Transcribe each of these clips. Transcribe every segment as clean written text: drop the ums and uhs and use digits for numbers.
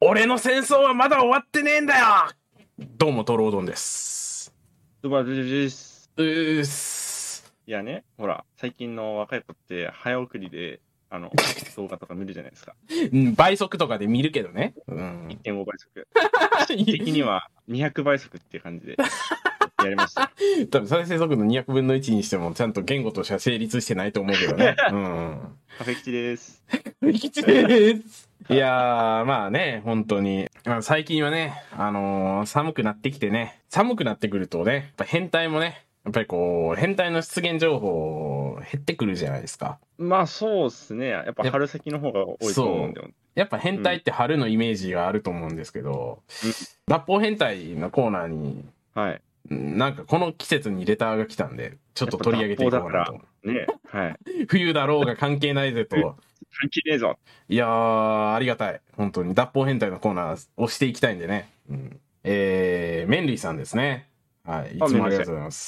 俺の戦争はまだ終わってねえんだよ。どうもトロードンです。 ドバルです。 うっす。 いやね、ほら、最近の若い子って早送りで、動画とか見るじゃないですか。 倍速とかで見るけどね。 1.5 倍速。的には200倍速っていう感じでやりました。 多分再生速度200分の1にしてもちゃんと言語としては成立してないと思うけどね。 カフェ吉です。 吉です。いやー、まあね、本当に。最近はね、寒くなってきてね、寒くなってくるとね、やっぱ変態もね、やっぱりこう、変態の出現情報減ってくるじゃないですか。 まあそうっすね。やっぱ春先の方が多いと思うんだよ。 やっぱ変態って春のイメージがあると思うんですけど、脱法変態のコーナーに、 はい。 なんかこの季節にレターが来たんで、ちょっと取り上げていこうかなと。 ね、はい。 冬だろうが関係ないぜと。 関係ねえぞ。 いやー、ありがたい。本当に脱法変態のコーナー押していきたいんでね。メンリーさんですね。はい。いつもありがとうございます。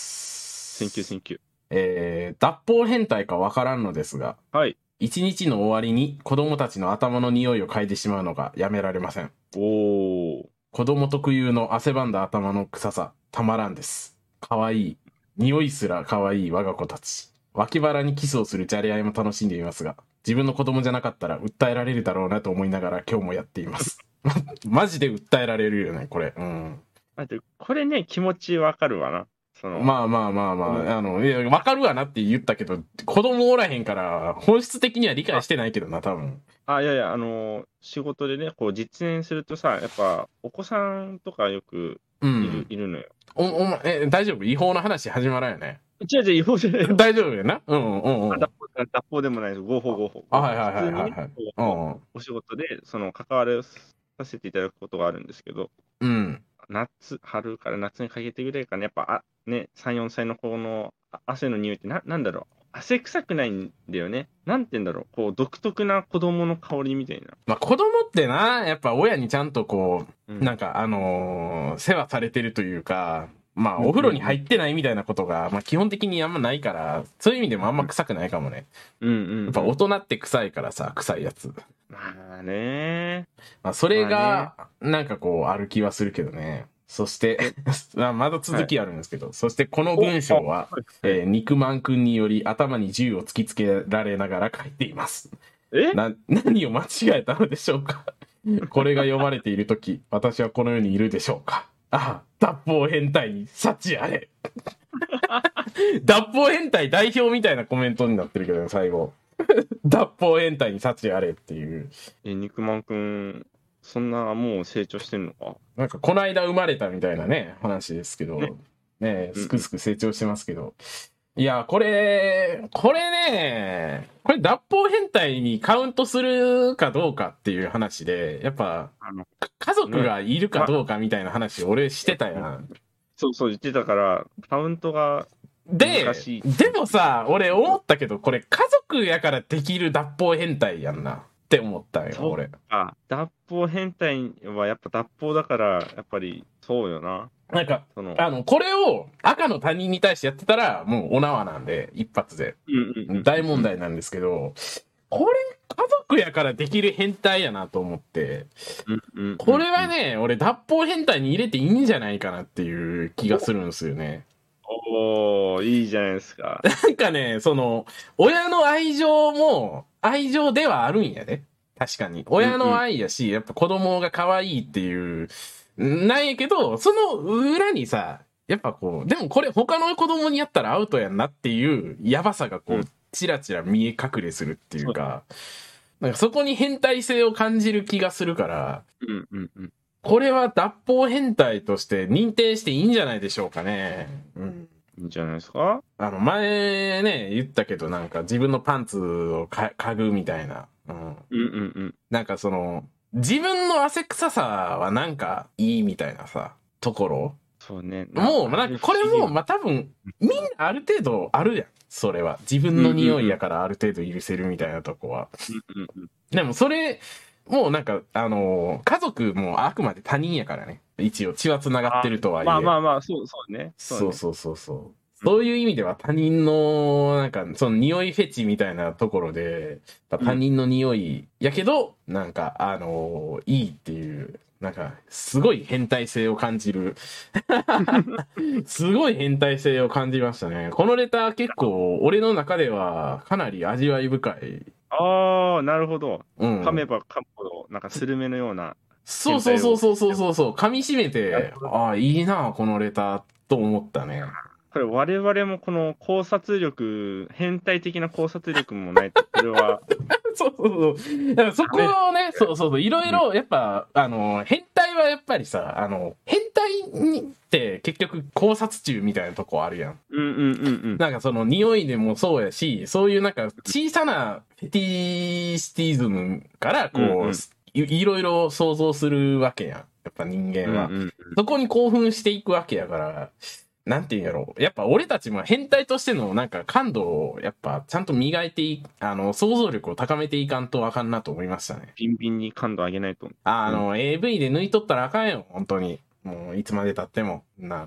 センキューセンキュー。脱法変態かわからんのですが、 はい。 一日の終わりに子供たちの頭の匂いを嗅いでしまうのがやめられません。 おー。 子供特有の汗ばんだ頭の臭さ、たまらんです。かわいい。匂いすらかわいい我が子たち。脇腹にキスをするじゃれ合いも楽しんでいますが、自分の子供じゃなかったら訴えられるだろうなと思いながら今日もやっています。マジで訴えられるよね、これ。 待って、これね、気持ちわかるわな。 まあ、いや、わかるわなって言ったけど、子供おらへんから、本質的には理解してないけどな、多分。 いやいや、仕事でね、こう実演するとさ、やっぱ、お子さんとかよくいるのよ。 大丈夫？違法な話始まらんよね。 違う違う、違法じゃないよ。 大丈夫よな。 脱法でもないです。合法合法。 はい普通にね、お仕事で、関わりさせていただくことがあるんですけど、春から夏にかけてぐらいかね、やっぱ、ね、3、4歳の子の汗の匂いってなんだろう。汗臭くないんだよね。なんて言うんだろう。こう、独特な子供の香りみたいな。 まあ子供ってな、やっぱ親にちゃんとこう、なんか世話されてるというか、まあお風呂に入ってないみたいなことが、まあ基本的にあんまないから、そういう意味でもあんま臭くないかもね。やっぱ大人って臭いからさ、臭いやつ。 まあね。 まあそれが、なんかこう、ある気はするけどね。そして、まだ続きあるんですけど、そしてこの文章は、肉まんくんにより頭に銃を突きつけられながら書いています。何を間違えたのでしょうか。これが読まれているとき、私はこの世にいるでしょうか。脱法変態に幸あれ。脱法変態代表みたいなコメントになってるけどね、最後。脱法変態に幸あれっていう。 肉まんくん、そんなもう成長してんのか？ なんかこの間生まれたみたいなね、話ですけど、ね、すくすく成長してますけど。いや、これね、これ脱法変態にカウントするかどうかっていう話で、やっぱ、家族がいるかどうかみたいな話俺してたやん。 そう言ってたから、カウントが難しい。 でもさ、俺思ったけど、これ家族やからできる脱法変態やんなって思ったよ、俺。 脱法変態はやっぱ脱法だから、やっぱりそうよな。 なんか、これを赤の他人に対してやってたら、もうお縄なんで、一発で。大問題なんですけど、これ、家族やからできる変態やなと思って、これはね、俺脱法変態に入れていいんじゃないかなっていう気がするんですよね。 おー、いいじゃないですか。 なんかね、親の愛情も、愛情ではあるんやで。確かに。親の愛やし、やっぱ子供が可愛いっていう、なんやけど、その裏にさ、やっぱこう、でもこれ他の子供にやったらアウトやんなっていうやばさがこう、チラチラ見え隠れするっていうか、なんかそこに変態性を感じる気がするから、これは脱法変態として認定していいんじゃないでしょうかね。 いいんじゃないですか？ 前ね、言ったけどなんか自分のパンツを嗅ぐみたいな。なんか自分の汗臭さはなんかいいみたいなさ、ところ。 そうね。 もう、なんかこれも、まあ、多分、みんなある程度あるやん。それは。自分の匂いやからある程度許せるみたいなとこは。でもそれ、もうなんか、家族もあくまで他人やからね。一応血は繋がってるとはいえ。 まあ、そうね。 そう。そういう意味では他人の、なんか、その匂いフェチみたいなところで、他人の匂いやけど、なんか、いいっていうなんか、すごい変態性を感じる。すごい変態性を感じましたね。このレター結構、俺の中ではかなり味わい深い。 ああ、なるほど。 うん。 噛めば噛むほど、なんかスルメのような。 そうそうそうそうそうそうそう。噛み締めて、ああ、いいな、このレターと思ったね。 これ我々もこの考察力、変態的な考察力もないと、これは。 そうそうそう。だからそこをね、そうそうそう、いろいろ、やっぱ、変態はやっぱりさ、変態にって結局考察中みたいなとこあるやん。 うんうんうんうん。 なんかその匂いでもそうやし、そういうなんか小さなフェティシティズムからこう、 うんうん、 いろいろ想像するわけやん。やっぱ人間は。 うんうんうん、 そこに興奮していくわけやから、なんていうんやろう。やっぱ俺たちも変態としてのなんか感度をやっぱちゃんと磨いて想像力を高めていかんとあかんなと思いましたね。 ビンビンに感度上げないと。 AV で抜いとったらあかんよ。本当に。もういつまで経っても。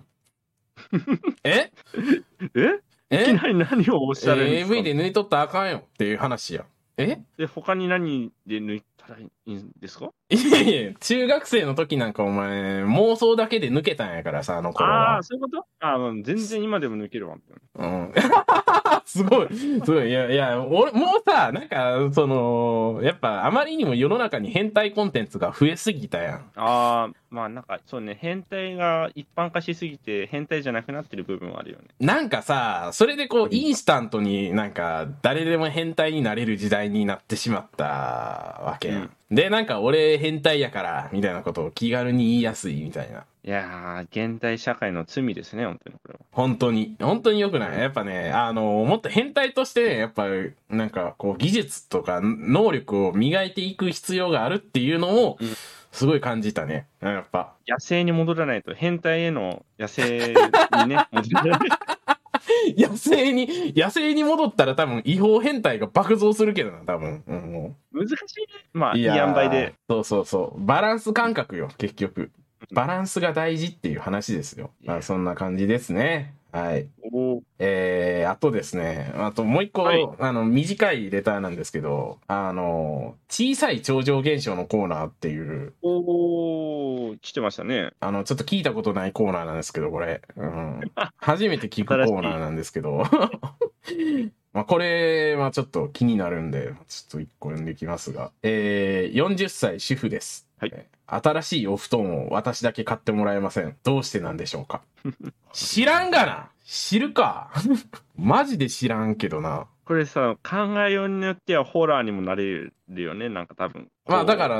えいきなり何をおっしゃるんですか？ AV で抜いとったらあかんよっていう話や。で、 他に何で抜いたらいいんですか？ いやいや、中学生の時なんかお前、妄想だけで抜けたんやからさ、あの頃は。 ああ、そういうこと？全然今でも抜けるわ。 うん。すごい。すごい。いや、いや、俺、もうさ、なんか、やっぱあまりにも世の中に変態コンテンツが増えすぎたやん。 ああ、まあなんか、そうね、変態が一般化しすぎて、変態じゃなくなってる部分はあるよね。 なんかさ、それでこう、インスタントになんか、誰でも変態になれる時代になってしまったわけやん。で、なんか、俺変態やから、みたいなことを気軽に言いやすいみたいな。 いやー、現代社会の罪ですね、本当にこれは。 本当に。本当に良くない。やっぱね、もっと変態としてね、やっぱ、なんか、こう、技術とか能力を磨いていく必要があるっていうのを、すごい感じたね。やっぱ。 野生に戻らないと、変態への野生にね、戻らない。 野生に戻ったら多分違法変態が爆増するけどな、多分。 難しいね。まあ、いい塩梅で。 そうそうそう。バランス感覚よ、結局。バランスが大事っていう話ですよ。まあ、そんな感じですね。はい。あとですね、あともう一個、はい、短いレターなんですけど、小さい超常現象のコーナーっていう。 来てましたね。 ちょっと聞いたことないコーナーなんですけど、これ。初めて聞くコーナーなんですけど。まあこれはちょっと気になるんで、ちょっと一個読んでいきますが。40歳主婦です。 はい。 新しいお布団を私だけ買ってもらえません。どうしてなんでしょうか？知らんがな！知るかマジで知らんけどな。 これさ、考えようによってはホラーにもなれるよね、なんか多分。 まあだから、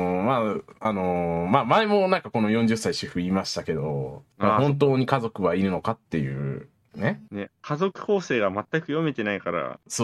まあ前もなんかこの40歳主婦言いましたけど、本当に家族はいるのかっていう。ね。 家族構成が全く読めてないから。 そう。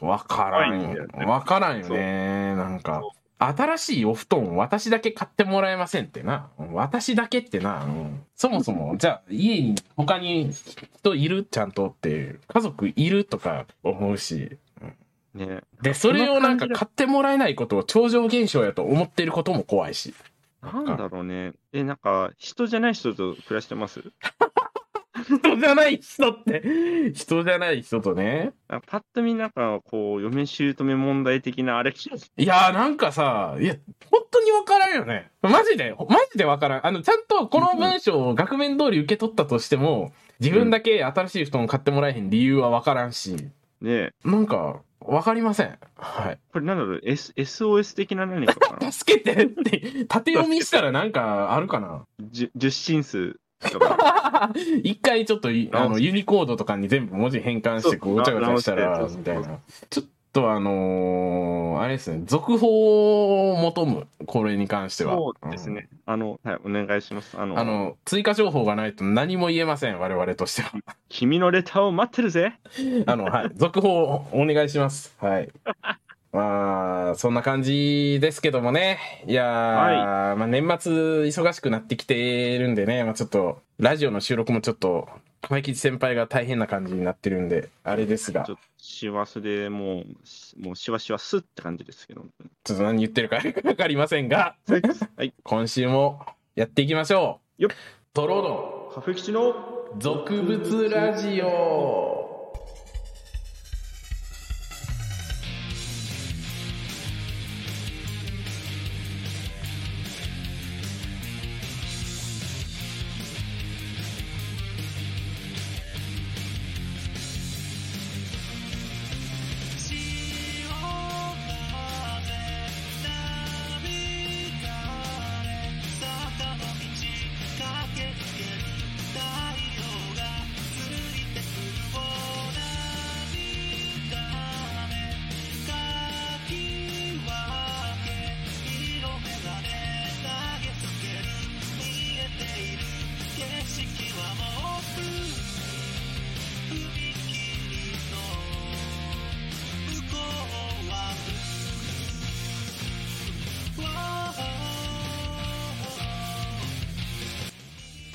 わからんよ。わからんよね。なんか、新しいお布団私だけ買ってもらえませんってな。私だけってな。そもそも、じゃあ家に他に人いるちゃんとっていう。家族いるとか思うし。 ね。 で、それをなんか買ってもらえないことを超常現象やと思ってることも怖いし。 なんだろうね。なんか、人じゃない人と暮らしてます？ 人じゃない人って、人じゃない人とね。 パッと見なんか、こう、嫁姑問題的なあれ。 いやーなんかさ、いや、本当にわからんよね。マジでわからん。ちゃんとこの文章を額面通り受け取ったとしても、自分だけ新しい布団を買ってもらえへん理由はわからんし。 ねえ。 なんか、わかりません。はい。 これなんだろう、SOS 的な何かかな？ 助けてって、縦読みしたらなんかあるかな？ 十進数。 一回ちょっとユニコードとかに全部文字変換してごちゃごちゃしたらみたいな。ちょっとあれですね、続報を求む、これに関しては。 そうですね。はい、お願いします。 追加情報がないと何も言えません、我々としては。 君のレターを待ってるぜ。 はい、続報お願いします。はい。まあ、そんな感じですけどもね。いやー、まあ年末忙しくなってきてるんでね、まあちょっと、ラジオの収録もちょっと、亀吉先輩が大変な感じになってるんで、あれですが。 ちょっと、師走でもうしわしわすって感じですけど。 ちょっと何言ってるかわかりませんが、はい、今週もやっていきましょう。 よっ。 トロの、 カフェ吉の、 俗物ラジオ。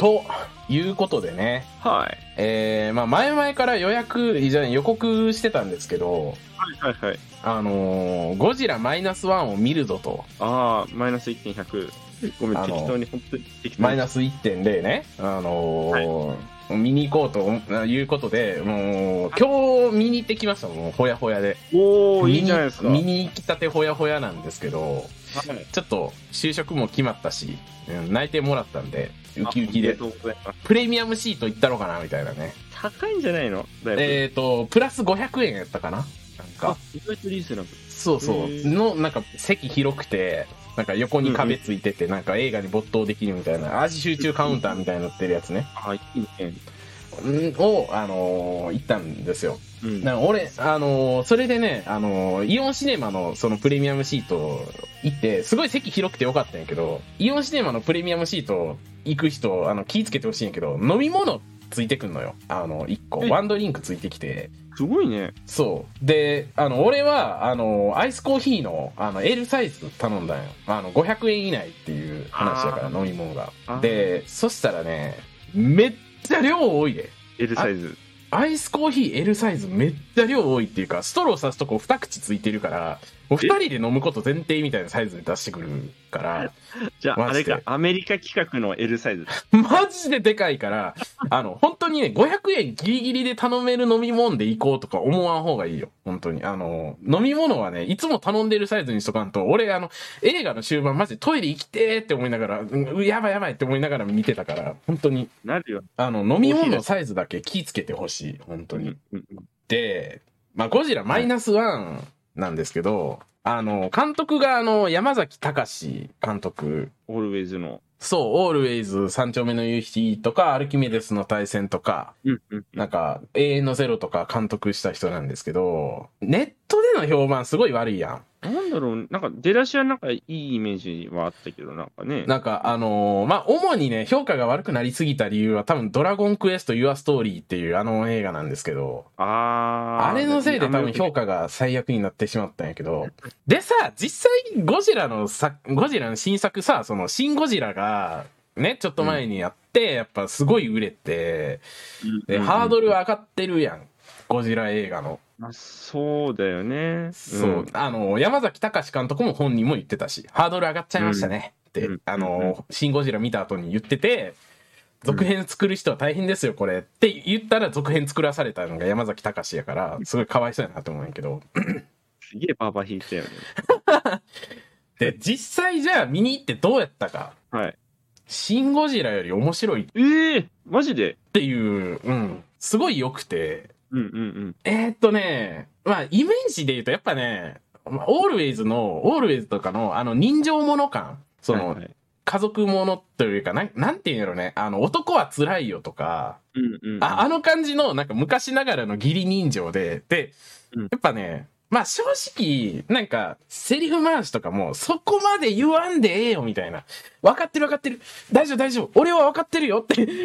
ということでね。 はい。 まあ前々から予告してたんですけど、 はいはいはい。 ゴジラマイナスワンを見るぞと。 ああ、マイナス1.100。ごめん、適当に、本当に適当に。 マイナス 1.0 ね。見に行こうということで、もう、今日見に行ってきましたもん、ほやほやで。 おー、いいじゃないですか。 見に行きたてほやほやなんですけど、 はい、 ちょっと就職も決まったし、内定もらったんで、ウキウキで、プレミアムシート行ったろうかな、みたいなね。 高いんじゃないの？ プラス500円やったかな、なんか。 意外とリーズナブル。 そうそう。の、なんか席広くて、なんか横に壁ついてて、なんか映画に没頭できるみたいな、味集中カウンターみたいになってるやつね。 はい、いいね。 を、行ったんですよ。俺、それでね、イオンシネマのそのプレミアムシート行って、すごい席広くてよかったんやけど、イオンシネマのプレミアムシート行く人、気ぃつけてほしいんやけど、飲み物ついてくんのよ。1個。ワンドリンクついてきて。 すごいね。 そう。で、俺は、アイスコーヒーの、L サイズ頼んだんよ。500円以内っていう話だから、飲み物が。で、そしたらね、めっちゃ量多いで。 L サイズ。 アイスコーヒー L サイズめっちゃ量多いっていうか、ストロー刺すとこ2口ついてるから、もう2人で飲むこと前提みたいなサイズで出してくるから。 じゃあ、あれか、アメリカ企画の L サイズ。 マジででかいから、本当にね、500円ギリギリで頼める飲み物で行こうとか思わん方がいいよ。本当に。飲み物はね、いつも頼んでるサイズにしとかんと、俺、映画の終盤マジでトイレ行きてーって思いながら、やばいやばいって思いながら見てたから、本当に。 なるよ。 飲み物のサイズだけ気ぃつけてほしい。本当に。で、まあ、ゴジラマイナスワンなんですけど、監督が山崎隆監督。 オールウェイズの。 そう、オールウェイズ三丁目の夕日とか、アルキメデスの対戦とか、なんか、永遠のゼロとか監督した人なんですけど、ネットでの評判すごい悪いやん。 なんだろう、なんか出だしはなんかいいイメージはあったけど、なんかね。 なんかまあ、主にね、評価が悪くなりすぎた理由は多分ドラゴンクエストユアストーリーっていう映画なんですけど、あれのせいで多分評価が最悪になってしまったんやけど、でさ、実際ゴジラの新作さ、そのシンゴジラがね、ちょっと前にやって、やっぱすごい売れて、で、ハードル上がってるやん。ゴジラ映画の。 そうだよね。 そう。山崎隆監督も本人も言ってたし、ハードル上がっちゃいましたねって、シン・ゴジラ見た後に言ってて、続編作る人は大変ですよ、これって言ったら続編作らされたのが山崎隆やから、すごいかわいそうやなと思うんやけど。 すげえバーバー引いたよね。 で、実際じゃあ見に行ってどうやったか。 はい。 シン・ゴジラより面白い。 マジでっていう、すごい良くて。まあ、イメージで言うと、やっぱね、オールウェイズとかの、人情もの感、家族ものというか、なんていうんやろね、男は辛いよとか、あの感じの、なんか昔ながらの義理人情で、やっぱね、まあ正直、なんか、セリフ回しとかも、そこまで言わんでええよ、みたいな。分かってる。大丈夫。俺は分かってるよって、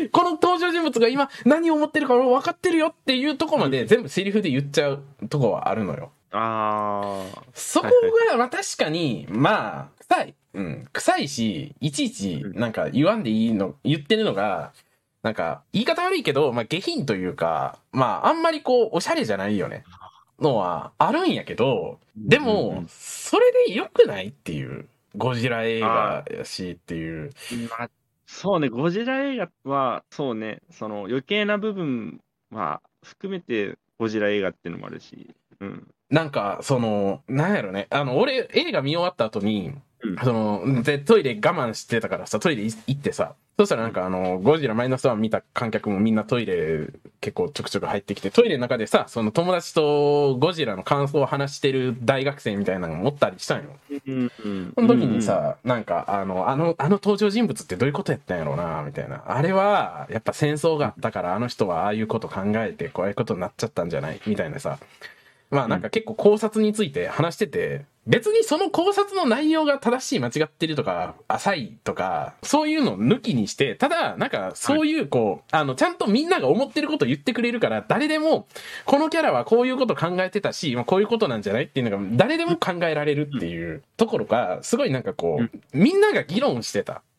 この登場人物が今何を思ってるか俺分かってるよっていうとこまで全部セリフで言っちゃうとこはあるのよ。そこが、まあ確かに、まあ、臭い。臭いし、いちいち、なんか言わんでいいの、言ってるのが、なんか、言い方悪いけど、まあ下品というか、まああんまりおしゃれじゃないよね。のはあるんやけど、でも、それで良くないっていう。ゴジラ映画やしっていう。 そうね、ゴジラ映画は、そうね、その余計な部分は含めてゴジラ映画っていうのもあるし。 なんか、なんやろね。俺、映画見終わった後に、トイレ我慢してたからさ、トイレ行ってさ、そしたらなんかゴジラマイナスワン見た観客もみんなトイレ結構ちょくちょく入ってきて、トイレの中でさ、その友達とゴジラの感想を話してる大学生みたいなのもおったりしたんよ。その時にさ、なんかあの登場人物ってどういうことやったんやろうな、みたいな。あれは、やっぱ戦争があったからあの人はああいうこと考えて、こういうことになっちゃったんじゃないみたいなさ。まあなんか結構考察について話してて、別にその考察の内容が正しい間違ってるとか、浅いとか、そういうのを抜きにして、ただなんかそういうちゃんとみんなが思ってることを言ってくれるから、誰でも、このキャラはこういうこと考えてたし、こういうことなんじゃないっていうのが誰でも考えられるっていうところが、すごいなんかみんなが議論してた。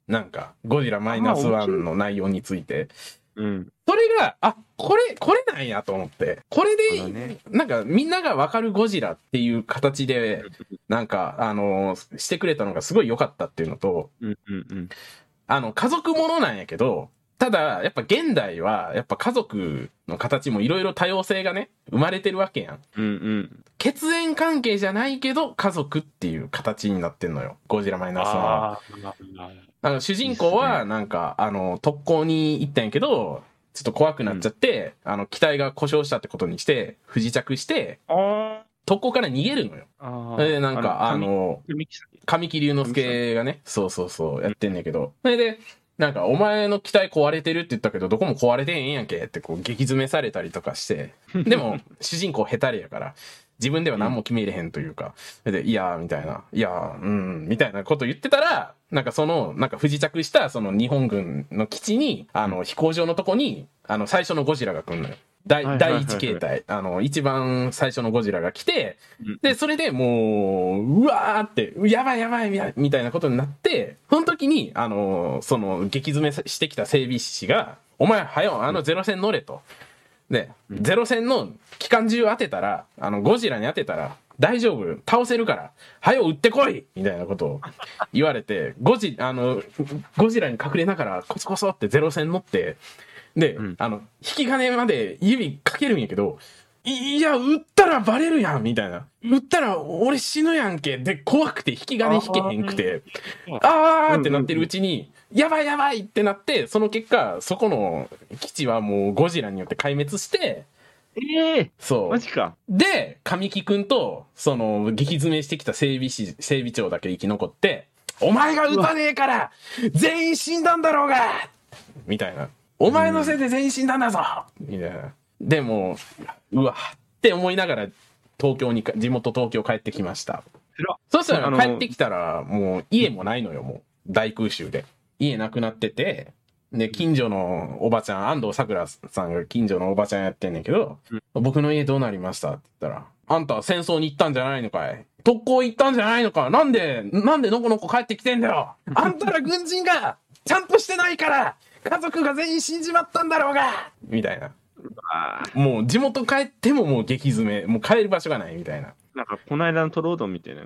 なんか、ゴジラマイナスワンの内容について。 うん。 それが、これなんやと思って。これで、ね、なんか、みんながわかるゴジラっていう形で、なんか、してくれたのがすごい良かったっていうのと、家族ものなんやけど、ただ、やっぱ現代は、やっぱ家族の形もいろいろ多様性がね、生まれてるわけやん。血縁関係じゃないけど、家族っていう形になってんのよ。ゴジラマイナスワンは。主人公は、なんか、特攻に行ったんやけど、ちょっと怖くなっちゃって、機体が故障したってことにして、不時着して、特攻から逃げるのよ。で、なんか、神木隆之介がね、そう、やってんねんけど。それで、なんか、お前の機体壊れてるって言ったけど、どこも壊れてへんやんけってこう、激詰めされたりとかして。でも、主人公ヘタレやから、自分では何も決めれへんというか。で、いやー、みたいな。いやー、みたいなこと言ってたら、なんかなんか不時着した、その日本軍の基地に、飛行場のとこに、最初のゴジラが来るのよ。第一形態。一番最初のゴジラが来て、で、それでもう、うわーって、やばい、みたいなことになって、その時に、その、激詰めしてきた整備士が、お前、ゼロ戦乗れと。で、ゼロ戦の機関銃当てたら、ゴジラに当てたら、大丈夫、倒せるから、撃ってこいみたいなことを言われて、ゴジラに隠れながら、コソコソってゼロ戦乗って、で、引き金まで指かけるんやけど、いや、撃ったらバレるやんみたいな。撃ったら俺死ぬやんけ。で、怖くて引き金引けへんくて、ってなってるうちに、やばいってなって、その結果、そこの基地はもうゴジラによって壊滅して、そう。 マジか。 で、神木くんと、激詰めしてきた整備長だけ生き残って、お前が撃たねえから、全員死んだんだろうがみたいな。お前のせいで全員死んだんだぞみたいな。でも、うわって思いながら、地元東京帰ってきました。そしたら帰ってきたら、もう家もないのよ、もう。大空襲で。家なくなってて、で、近所のおばちゃん、安藤サクラさんが近所のおばちゃんやってんねんけど、僕の家どうなりましたって言ったら、あんた戦争に行ったんじゃないのかい、特攻行ったんじゃないのか、なんでのこのこ帰ってきてんだよ、あんたら軍人がちゃんとしてないから家族が全員死んじまったんだろうがみたいな。もう地元帰ってももう激詰め、もう帰る場所がないみたいな。 なんかこの間のトロードンみたいな。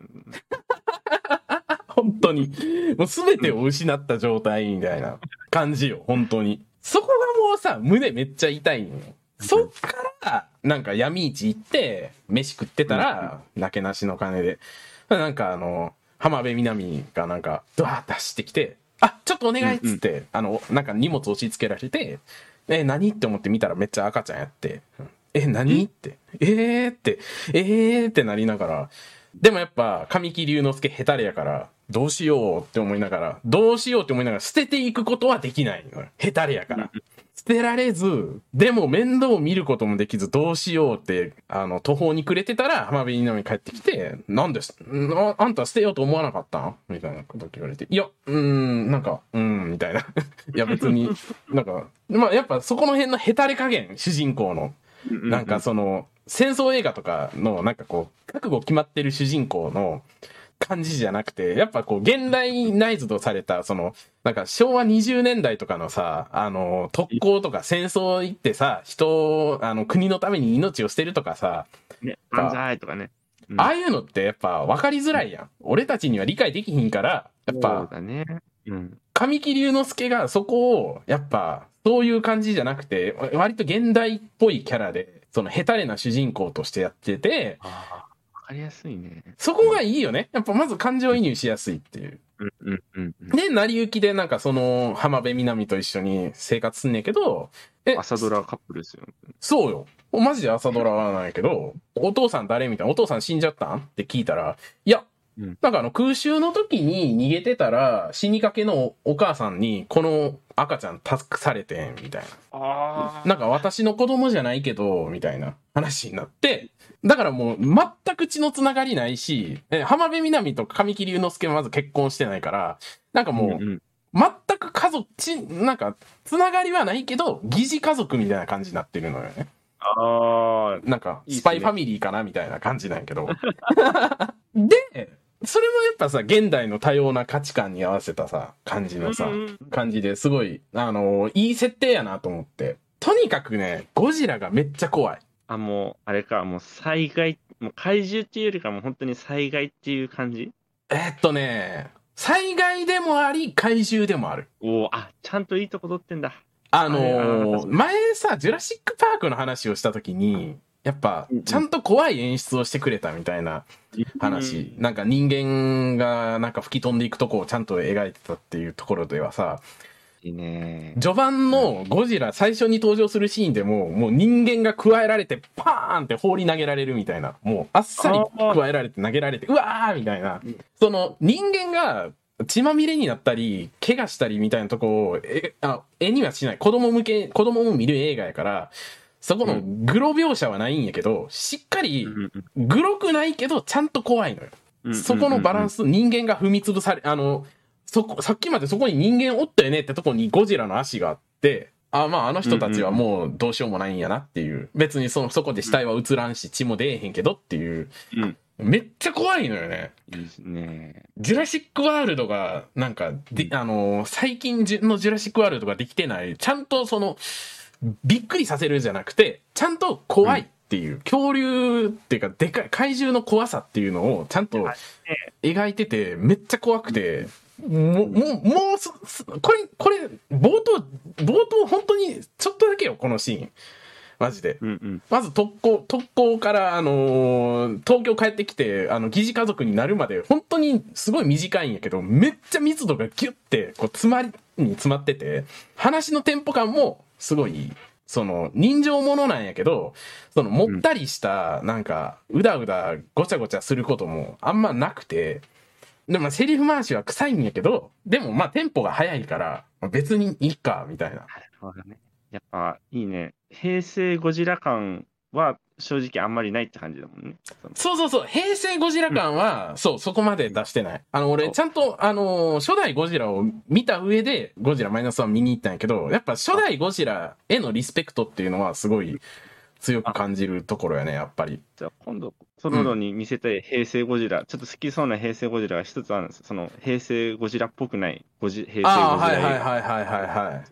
本当に。もう全てを失った状態みたいな感じよ、本当に。そこがもうさ、胸めっちゃ痛いのよ。そっから、なんか闇市行って、飯食ってたら、なけなしの金で。なんか浜辺美波がなんか、ドワーッと走ってきて、ちょっとお願いっつって、なんか荷物押し付けられて、何って思って見たらめっちゃ赤ちゃんやって、何って、ってなりながら、でもやっぱ、神木隆之介ヘタレやから、どうしようって思いながら、捨てていくことはできないのよ。ヘタレやから。捨てられず、でも面倒を見ることもできず、どうしようって、途方に暮れてたら、浜辺美波に帰ってきて、なんであんた捨てようと思わなかったんみたいなこと言われて、いや、なんか、みたいな。いや別に、なんか、まあやっぱそこの辺のヘタレ加減、主人公の。なんか戦争映画とかの、なんかこう、覚悟決まってる主人公の感じじゃなくて、やっぱこう、現代ナイズドされた、なんか昭和20年代とかのさ、特攻とか戦争行ってさ、国のために命を捨てるとかさ、 ね、万歳とかね。 ああいうのってやっぱ分かりづらいやん。俺たちには理解できひんから、やっぱ、 そうだね。 神木隆之介がそこを、やっぱ、そういう感じじゃなくて、割と現代っぽいキャラで、ヘタレな主人公としてやってて、 わかりやすいね。 そこがいいよね。やっぱまず感情移入しやすいっていう。で、成り行きでなんか浜辺美波と一緒に生活すんねんけど、 朝ドラカップルですよ。 そうよ。マジで朝ドラはなんやけど、お父さん誰みたいな、お父さん死んじゃったんって聞いたら、いや、なんか空襲の時に逃げてたら死にかけのお母さんにこの赤ちゃん託されてみたいな。なんか私の子供じゃないけどみたいな話になって、だからもう全く血のつながりないし、浜辺美波と神木隆之介はまず結婚してないから、なんかもう全くなんかつながりはないけど疑似家族みたいな感じになってるのよね。なんかスパイファミリーかなみたいな感じなんやけど。で、 それもやっぱさ、現代の多様な価値観に合わせたさ、感じのさ、感じですごい、いい設定やなと思って。とにかくね、ゴジラがめっちゃ怖い。 もう、あれか、もう災害、もう怪獣っていうよりかも本当に災害っていう感じ？ 災害でもあり、怪獣でもある。 ちゃんといいとこ取ってんだ。 前さ、ジュラシックパークの話をしたときに、やっぱ、ちゃんと怖い演出をしてくれたみたいな話。なんか人間がなんか吹き飛んでいくとこをちゃんと描いてたっていうところではさ、 いいね。 序盤のゴジラ最初に登場するシーンでも、もう人間が加えられてパーンって放り投げられるみたいな。もうあっさり加えられて投げられて、うわーみたいな。その人間が血まみれになったり、怪我したりみたいなとこを、絵にはしない。子供も見る映画やから、そこのグロ描写はないんやけど、しっかり、グロくないけど、ちゃんと怖いのよ。そこのバランス、人間が踏み潰され、さっきまでそこに人間おったよねってとこにゴジラの足があって、あの人たちはもうどうしようもないんやなっていう。別にそこで死体は映らんし、血も出えへんけどっていう。めっちゃ怖いのよね。 いいですね。 ジュラシックワールドが、なんか、最近のジュラシックワールドができてない、ちゃんとびっくりさせるじゃなくて、ちゃんと怖いっていう、恐竜っていうか、でかい、怪獣の怖さっていうのをちゃんと描いてて、めっちゃ怖くて、これ、冒頭、本当にちょっとだけよ、このシーン。マジで。まず特攻から、東京帰ってきて、疑似家族になるまで、本当にすごい短いんやけど、めっちゃ密度がギュッて、詰まってて、話のテンポ感もすごい、人情ものなんやけど、もったりした、なんか、うだうだごちゃごちゃすることもあんまなくて、でもセリフ回しは臭いんやけど、でもテンポが早いから、別にいいか、みたいな。 そうだね。やっぱ、いいね。平成ゴジラ感は正直あんまりないって感じだもんね。 そう。平成ゴジラ感は、そこまで出してない。俺、ちゃんと、初代ゴジラを見た上で、ゴジラマイナス1見に行ったんやけど、やっぱ初代ゴジラへのリスペクトっていうのはすごい強く感じるところやね、やっぱり。 じゃあ今度、そののに見せたい平成ゴジラ、ちょっと好きそうな平成ゴジラが一つあるんです。平成ゴジラっぽくない平成ゴジラ。 はい。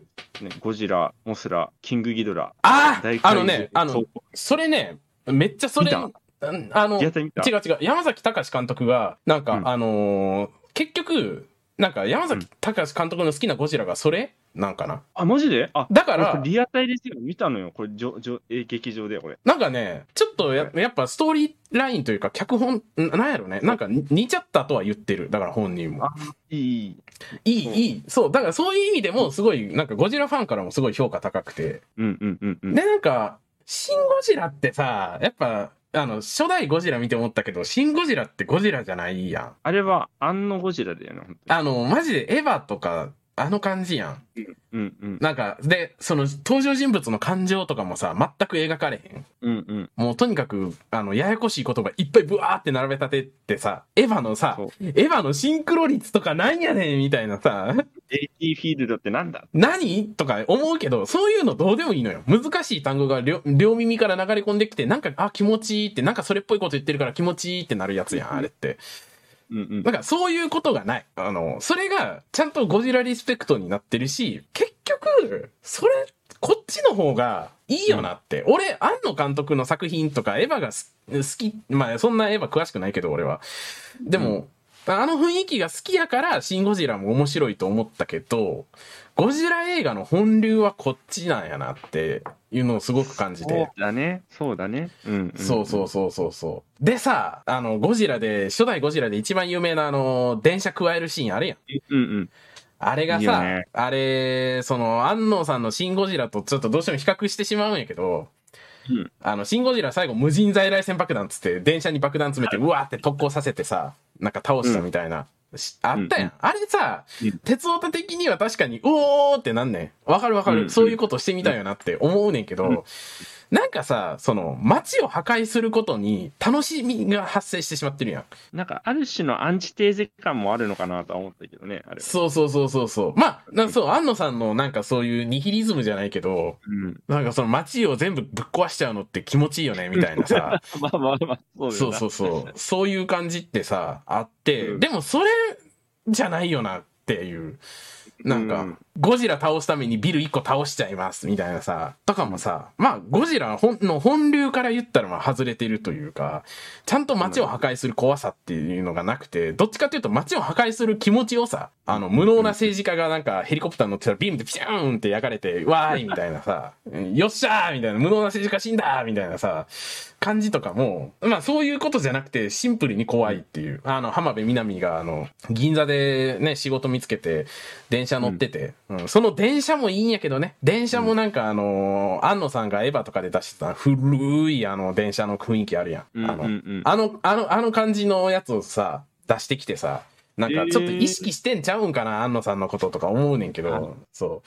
ゴジラ、モスラ、キングギドラ。 それね、めっちゃそれ、違う。山崎隆監督が、なんか、結局、なんか山崎隆監督の好きなゴジラがそれなんかな。 マジで？ だから、 リアタイですよ。見たのよ。これ、劇場で、これ。 なんかね、ちょっとやっぱストーリーラインというか、脚本、なんやろね。なんか似ちゃったとは言ってる。だから本人も。 いい。そう。だからそういう意味でも、すごい、なんかゴジラファンからもすごい評価高くて。で、なんか、シン・ゴジラってさ、やっぱ、初代ゴジラ見て思ったけど、シン・ゴジラってゴジラじゃないやん。 あれは、ゴジラだよね、 マジでエヴァとか、感じやん。なんか、で、登場人物の感情とかもさ、全く描かれへん。もうとにかく、ややこしい言葉いっぱいブワーって並べ立ててさ、エヴァのシンクロ率とかなんやねんみたいなさ。 AT フィールドってなんだ？ 何とか思うけど、そういうのどうでもいいのよ。難しい単語が両耳から流れ込んできて、なんか、気持ちいいって、なんかそれっぽいこと言ってるから気持ちいいってなるやつやん、あれって。だからそういうことがない。それがちゃんとゴジラリスペクトになってるし、結局、こっちの方がいいよなって。俺、庵野監督の作品とかエヴァが好き、そんなエヴァ詳しくないけど俺は。でも、雰囲気が好きやから、シン・ゴジラも面白いと思ったけど、ゴジラ映画の本流はこっちなんやなっていうのをすごく感じて。 そうだね。 そう。でさ、初代ゴジラで一番有名な電車加えるシーンあるやん。あれがさ、あれ、安野さんのシン・ゴジラとちょっとどうしても比較してしまうんやけど、シン・ゴジラ最後無人在来線爆弾つって電車に爆弾詰めてうわーって特攻させてさ、なんか倒したみたいな。あったやん。あれさ、鉄オタ的には確かに、うおーってなんねん。わかる。そういうことしてみたいよなって思うねんけど、 なんかさ、その、街を破壊することに楽しみが発生してしまってるやん。 なんか、ある種のアンチテーゼ感もあるのかなとは思ったけどね、あれは。 そうそうそうそうそう。まあ、そう、安野さんのなんかそういうニヒリズムじゃないけど、なんかその街を全部ぶっ壊しちゃうのって気持ちいいよね、みたいなさ。 まあまあまあ、 そうそうそう。そういう感じってさ、あって、でもそれじゃないよなっていう。なんか、ゴジラ倒すためにビル1個倒しちゃいますみたいなさ、とかもさ、まあ、ゴジラの本流から言ったらまあ外れてるというか、ちゃんと街を破壊する怖さっていうのがなくて、どっちかっていうと街を破壊する気持ちよさ、無能な政治家がなんかヘリコプター乗ってたらビームでピシューンって焼かれて、わーいみたいなさ、よっしゃーみたいな、無能な政治家死んだーみたいなさ、感じとかも、まあそういうことじゃなくてシンプルに怖いっていう。浜辺美波が銀座でね、仕事見つけて、電車乗ってて、その電車もいいんやけどね、電車もなんか安野さんがエヴァとかで出してた古い電車の雰囲気あるやん。あの感じのやつをさ、出してきてさ、なんかちょっと意識してんちゃうんかな、安野さんのこととか思うねんけど、そう。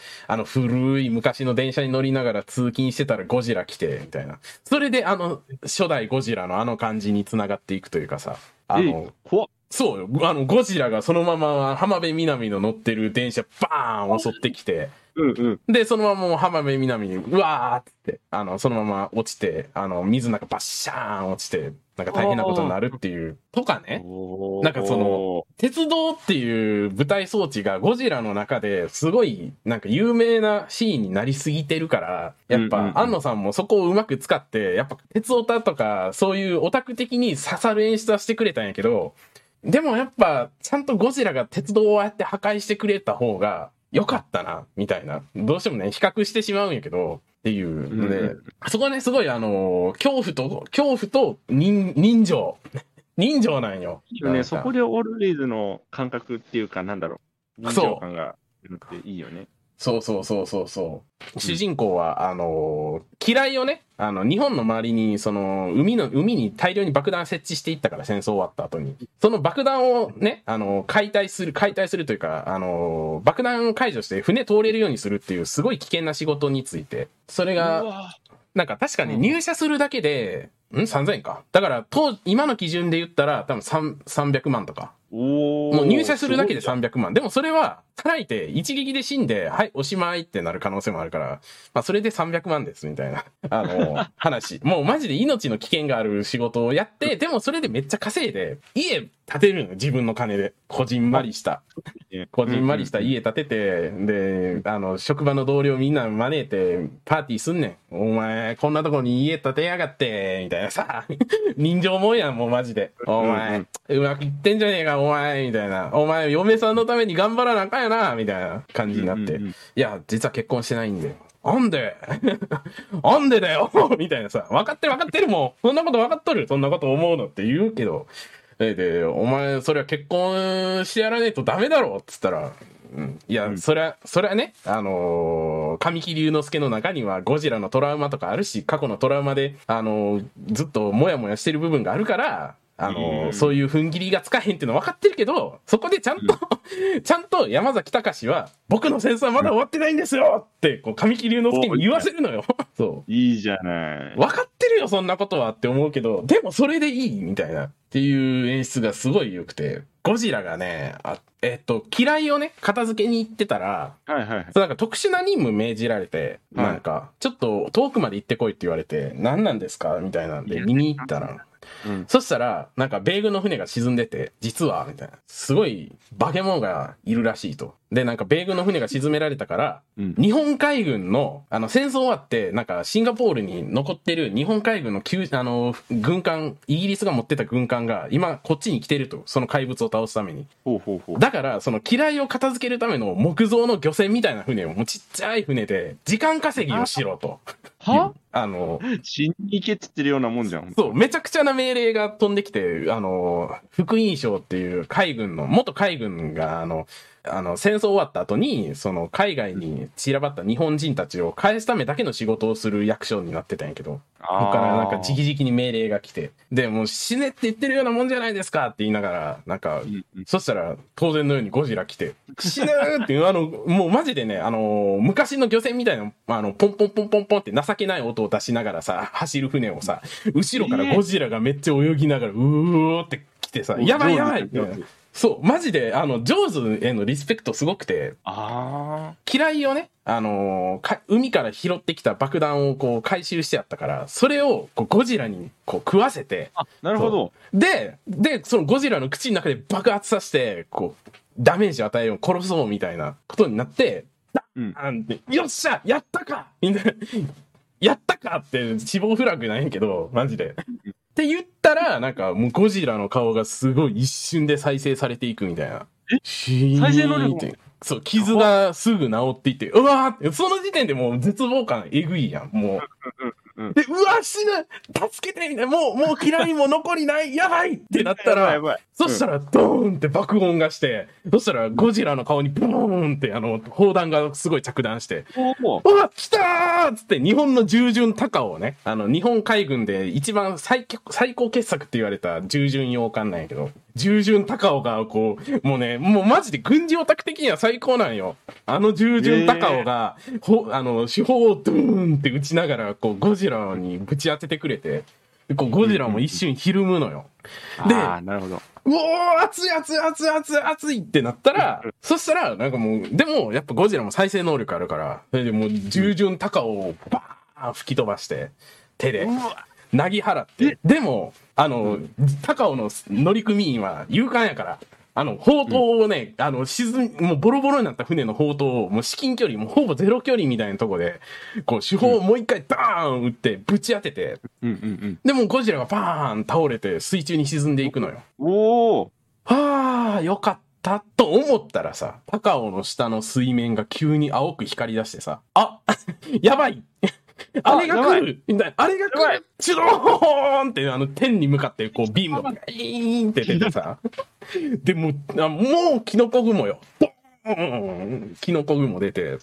古い昔の電車に乗りながら通勤してたらゴジラ来て、みたいな。それで初代ゴジラの感じに繋がっていくというかさ、 怖っ。 そうよ。ゴジラがそのまま浜辺美波の乗ってる電車バーン襲ってきて、で、そのままもう浜辺美波に、うわーって、そのまま落ちて、水の中バッシャーン落ちて、なんか大変なことになるっていう、とかね。なんかその、鉄道っていう舞台装置がゴジラの中ですごい、なんか有名なシーンになりすぎてるから、やっぱ、安野さんもそこをうまく使って、やっぱ、鉄オタとか、そういうオタク的に刺さる演出はしてくれたんやけど、でもやっぱ、ちゃんとゴジラが鉄道をああやって破壊してくれた方が良かったな、みたいな。どうしてもね、比較してしまうんやけど、っていうので、そこはね、すごい恐怖と人情。人情なんよ。 ね、そこでオールレイズの感覚っていうか、なんだろう。人情感がっていいよね。 そう。主人公は、機雷をね、日本の周りに、海に大量に爆弾設置していったから、戦争終わった後に。その爆弾をね、解体するというか、爆弾を解除して船通れるようにするっていう、すごい危険な仕事について。それが、なんか確かに入社するだけで、3000円か。だから、今の基準で言ったら、多分300万とか。もう入社するだけで300万。でもそれは、叩いて一撃で死んで、はい、おしまいってなる可能性もあるから、まあそれで300万です、みたいな、話。もうマジで命の危険がある仕事をやって、でもそれでめっちゃ稼いで、家建てるの、自分の金で。こじんまりした家建てて、で、職場の同僚みんな招いて、パーティーすんねん。お前、こんなとこに家建てやがって、みたいなさ、人情もんやん、もうマジで。お前、うまくいってんじゃねえか、お前、みたいな。お前、嫁さんのために頑張らなあかんやな、みたいな感じになって。いや、実は結婚してないんで。なんでなんでだよみたいなさ、分かってるもん。そんなこと分かっとる。そんなこと思うのって言うけど。で、お前、それは結婚してやらねえとダメだろっつったら、いや、それはね、神木隆之介の中にはゴジラのトラウマとかあるし、過去のトラウマで、ずっとモヤモヤしてる部分があるから、そういう踏ん切りがつかへんっていうの分かってるけど、そこでちゃんと山崎隆は、僕の戦争はまだ終わってないんですよって、神木隆之介に言わせるのよ。そう。 いいじゃない。 分かってるよ、そんなことはって思うけど、でもそれでいいみたいな。っていう演出がすごい良くて、ゴジラがね、機雷をね、片付けに行ってたら、なんか特殊な任務命じられて、なんか、ちょっと遠くまで行ってこいって言われて、何なんですかみたいなんで見に行ったら、そしたら、なんか米軍の船が沈んでて、実は、みたいな。すごい、化け物がいるらしいと。で、なんか米軍の船が沈められたから、日本海軍の、戦争終わって、なんかシンガポールに残ってる日本海軍の軍艦、イギリスが持ってた軍艦が、今こっちに来てると。その怪物を倒すために。だから、その機雷を片付けるための木造の漁船みたいな船を、もうちっちゃい船で、時間稼ぎをしろと。 は死に行けって言ってるようなもんじゃん。 そう、めちゃくちゃな命令が飛んできて、福音省っていう元海軍が、 戦争終わった後に、その海外に散らばった日本人たちを返すためだけの仕事をする役所になってたんやけど、ここからなんか直々に命令が来て、で、もう死ねって言ってるようなもんじゃないですかって言いながら、なんか、そしたら当然のようにゴジラ来て、死ぬーっていう、もうマジでね、昔の漁船みたいな、ポンポンポンポンポンって情けない音を出しながらさ、走る船をさ、後ろからゴジラがめっちゃ泳ぎながら、うーって来てさ、やばいやばいって。そう、マジで、ジョーズへのリスペクトすごくて、機雷をね、海から拾ってきた爆弾をこう回収してあったから、それをこうゴジラにこう食わせて、 なるほど。 で、そのゴジラの口の中で爆発させて、こう、ダメージ与えよう、殺そうみたいなことになって、よっしゃやったかみんな、やったかって死亡フラグないんけど、マジで。って言ったら、なんかもうゴジラの顔がすごい一瞬で再生されていくみたいな。 再生能力？ そう、傷がすぐ治っていって、うわーって、その時点でもう絶望感えぐいやん、もう。で、うわ、死ぬ助けてみたいな、もう嫌いも残りないやばいってなったら、そしたらドーンって爆音がして、そしたらゴジラの顔にボーンって砲弾がすごい着弾して、うわ、来たーっつって日本の従順高尾をね、日本海軍で一番最高傑作って言われた従順洋艦なんやけど、従順高尾がこう、もうマジで軍事オタク的には最高なんよ。従順高尾が、手法をドーンって撃ちながら、こう、ゴジラにぶち当ててくれて、こうゴジラも一瞬ひるむのよ。で、 なるほど。 うおー熱い熱い熱い熱い熱いってなったら、そしたら、なんかもう、でも、やっぱゴジラも再生能力あるから、それでもう、従順高尾をバーン吹き飛ばして、手で。なぎ払って。でも、高尾の乗組員は勇敢やから、砲塔をね、もうボロボロになった船の砲塔を、もう至近距離、もうほぼゼロ距離みたいなとこで、こう、手法をもう一回ダーン撃って、ぶち当てて、でもゴジラがバーン倒れて、水中に沈んでいくのよ。はぁ、よかったと思ったらさ、高尾の下の水面が急に青く光り出してさ、やばいあれが来るみたいな。あれが来るチュドーンって天に向かってこうビームがビーンって出てさ。で、もうキノコ雲よ。キノコ雲出て。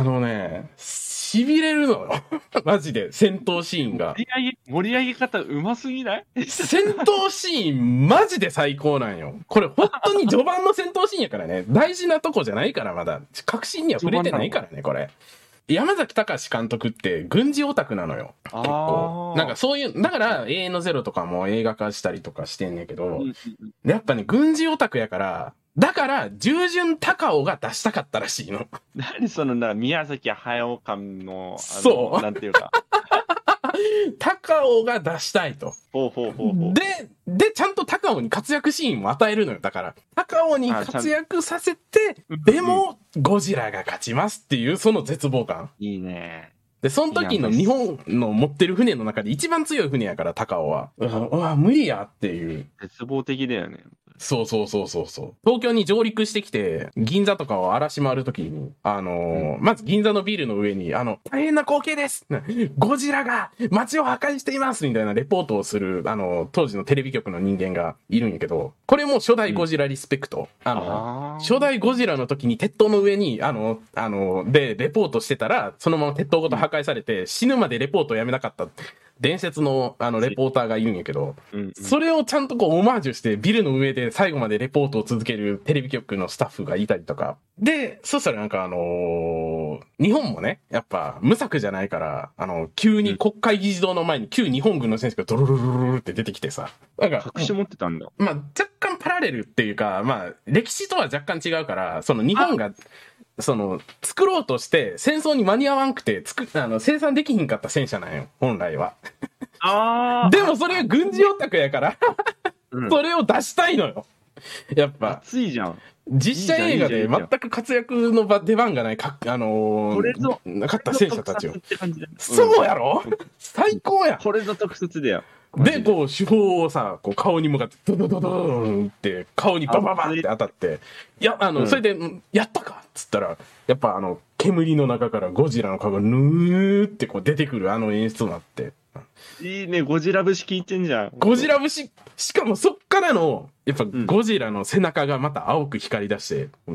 痺れるのよ。マジで、戦闘シーンが。 盛り上げ方うますぎない？ 戦闘シーン、マジで最高なんよ。これ本当に序盤の戦闘シーンやからね。大事なとこじゃないからまだ。確信には触れてないからね、これ。山崎隆監督って軍事オタクなのよ。結構。なんかそういう、だから永遠のゼロとかも映画化したりとかしてんねんけど、やっぱね、軍事オタクやから、だから、従順高尾が出したかったらしいの。 何その宮崎駿感の、 そう。 なんていうか。 高尾が出したいと。で、ちゃんと高尾に活躍シーンも与えるのよ。だから、高尾に活躍させて、でも、ゴジラが勝ちますっていう、その絶望感。 いいね。 で、その時の日本の持ってる船の中で一番強い船やから、高尾は。無理やっていう。 絶望的だよね。 そう。東京に上陸してきて、銀座とかを荒らし回るときに、まず銀座のビルの上に、大変な光景ですゴジラが街を破壊していますみたいなレポートをする、当時のテレビ局の人間がいるんやけど、これも初代ゴジラリスペクト。初代ゴジラの時に鉄塔の上に、で、レポートしてたら、そのまま鉄塔ごと破壊されて、死ぬまでレポートをやめなかった。伝説のレポーターがいるんやけど、それをちゃんとこうオマージュしてビルの上で最後までレポートを続けるテレビ局のスタッフがいたりとか。で、そしたらなんか日本もね、やっぱ無策じゃないから、急に国会議事堂の前に旧日本軍の選手がドロロロロロって出てきてさ。なんか、 隠し持ってたんだ。 まあ若干パラレルっていうか、まあ歴史とは若干違うから、その日本が、作ろうとして戦争に間に合わんくて、生産できひんかった戦車なんよ、本来は。でもそれは軍事オタクやから、それを出したいのよ。やっぱ。 熱いじゃん。 実写映画で全く活躍の出番がないなかった戦車たちを。そうやろ最高や。 これぞ特撮だよ。 で、こう、手法をさ、こう、顔に向かって、ドドドドーンって、顔にバババって当たって、いや、それで、やったかっつったら、やっぱ煙の中からゴジラの顔がぬーってこう出てくる演出になって。 いいね、ゴジラ節効いてんじゃん。 ゴジラ節、しかもそっからの、やっぱゴジラの背中がまた青く光り出して、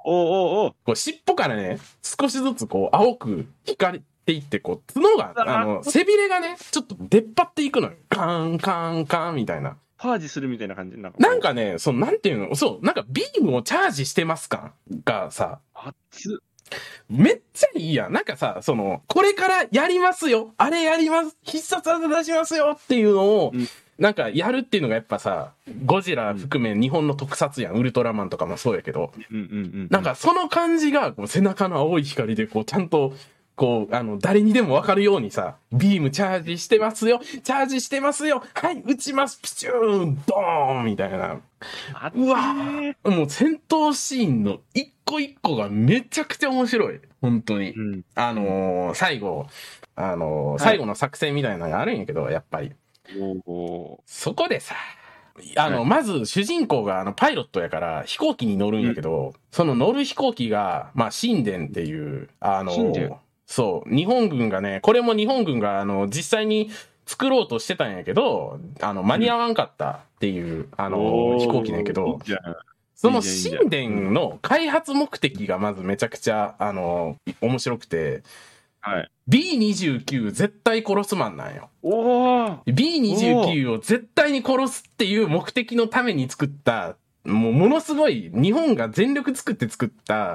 おこう尻尾からね、少しずつこう青く光っていって、こう角が、背びれがね、ちょっと出っ張っていくのよ。カーン、カーン、カーンみたいな。 パージするみたいな感じなんかね、なんていうの、なんかビームをチャージしてます感がさ、めっちゃいいやん。なんかさ、これからやりますよ、あれやります、必殺技出しますよっていうのを、なんかやるっていうのがやっぱさ、ゴジラ含め日本の特撮やん。ウルトラマンとかもそうやけど、なんかその感じが、こう背中の青い光で、こうちゃんと、こう、誰にでもわかるようにさ、ビームチャージしてますよ、チャージしてますよ、はい、撃ちます、ピチューン、ドーンみたいな。うわもう戦闘シーンの一個一個がめちゃくちゃ面白い。本当に。最後の作戦みたいなのがあるんやけど、やっぱり。そこでさ、まず主人公がパイロットやから飛行機に乗るんやけど、その乗る飛行機が、まあ、神殿っていう、そう、日本軍がね、これも日本軍が実際に作ろうとしてたんやけど、間に合わんかったっていう、飛行機なんやけど、その神殿の開発目的がまずめちゃくちゃ、面白くて、 はい、 B29 絶対殺すマンなんよ。B29 を絶対に殺すっていう目的のために作った、ものすごい、日本が全力作った、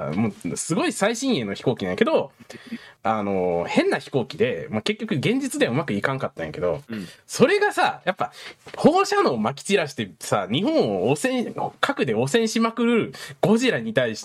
もうすごい最新鋭の飛行機なんやけど、変な飛行機で、まあ、結局現実ではうまくいかんかったんやけど、それがさ、やっぱ放射能を撒き散らしてさ、日本を核で汚染しまくるゴジラに対して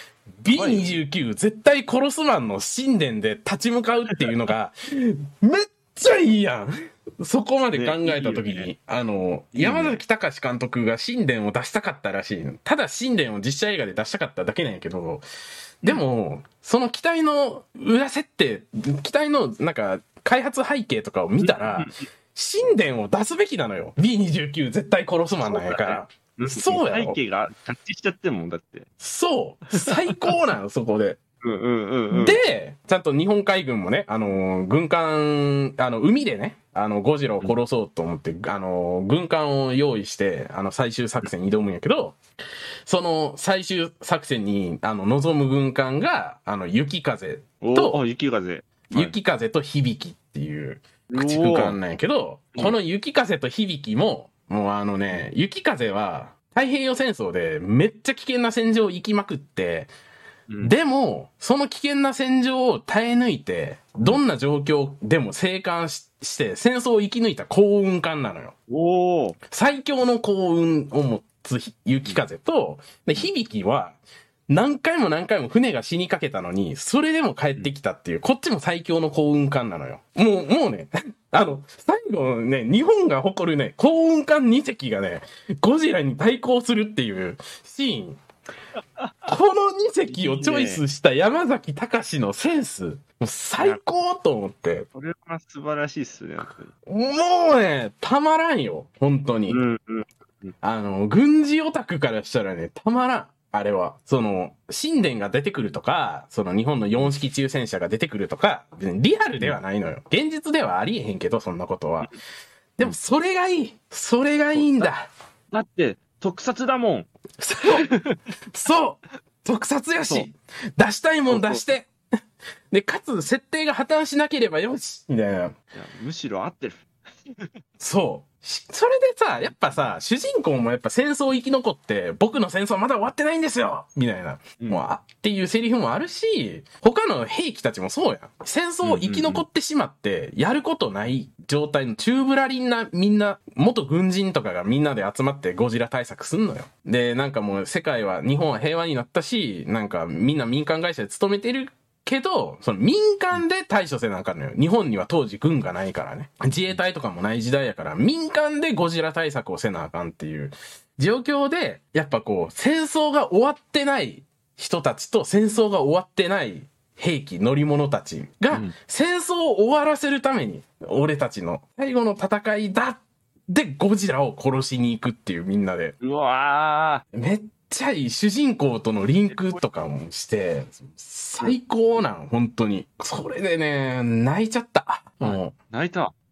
、B29 絶対殺すマンの神殿で立ち向かうっていうのが、めっちゃいいやん。そこまで考えたときに、山崎隆監督が神殿を出したかったらしい。ただ神殿を実写映画で出したかっただけなんやけど、でも、その機体の裏設定、機体のなんか開発背景とかを見たら、神殿を出すべきなのよ。B29 絶対殺すマンなんやから。そうやろ。 背景が合致しちゃってもんだって。 そう。最高なの、そこで。で、ちゃんと日本海軍もね、軍艦、海でね、ゴジラを殺そうと思って、軍艦を用意して、最終作戦に挑むんやけど、その最終作戦に、臨む軍艦が、雪風と、 雪風と響きっていう駆逐艦なんやけど、この雪風と響きも、もう雪風は太平洋戦争でめっちゃ危険な戦場を行きまくって、でも、その危険な戦場を耐え抜いて、どんな状況でも生還して戦争を生き抜いた幸運艦なのよ。最強の幸運を持つ雪風と、で響きは、何回も何回も船が死にかけたのに、それでも帰ってきたっていう、こっちも最強の幸運艦なのよ。もうね、最後ね、日本が誇るね、幸運艦2隻がね、ゴジラに対抗するっていうシーン。この2隻をチョイスした山崎隆のセンス、もう最高と思って。 これは素晴らしいっすね。 もうね、たまらんよ、本当に。軍事オタクからしたらね、たまらん。あれは。神殿が出てくるとか、日本の4式抽選車が出てくるとか、リアルではないのよ。現実ではありえへんけど、そんなことは。でも、それがいい。それがいいんだ。 だって、特撮だもん。 そう特撮やし、出したいもん出して。で、かつ、設定が破綻しなければよしみたいな。いや、 むしろ合ってる。 そう。それでさ、やっぱさ、主人公もやっぱ戦争生き残って、僕の戦争まだ終わってないんですよみたいな。もう、っていうセリフもあるし、他の兵器たちもそうやん。戦争を生き残ってしまって、やることない状態のチューブラリンなみんな、元軍人とかがみんなで集まってゴジラ対策すんのよ。で、なんかもう世界は、日本は平和になったし、なんかみんな民間会社で勤めてるけど、その民間で対処せなあかんのよ。日本には当時軍がないからね。自衛隊とかもない時代やから、民間でゴジラ対策をせなあかんっていう状況で、やっぱこう、戦争が終わってない人たちと戦争が終わってない兵器、乗り物たちが、戦争を終わらせるために、俺たちの最後の戦いだでゴジラを殺しに行くっていうみんなで。 うわー。めっちゃいい主人公とのリンクとかもして、最高なん、本当に。それでね、泣いちゃった。 泣いた。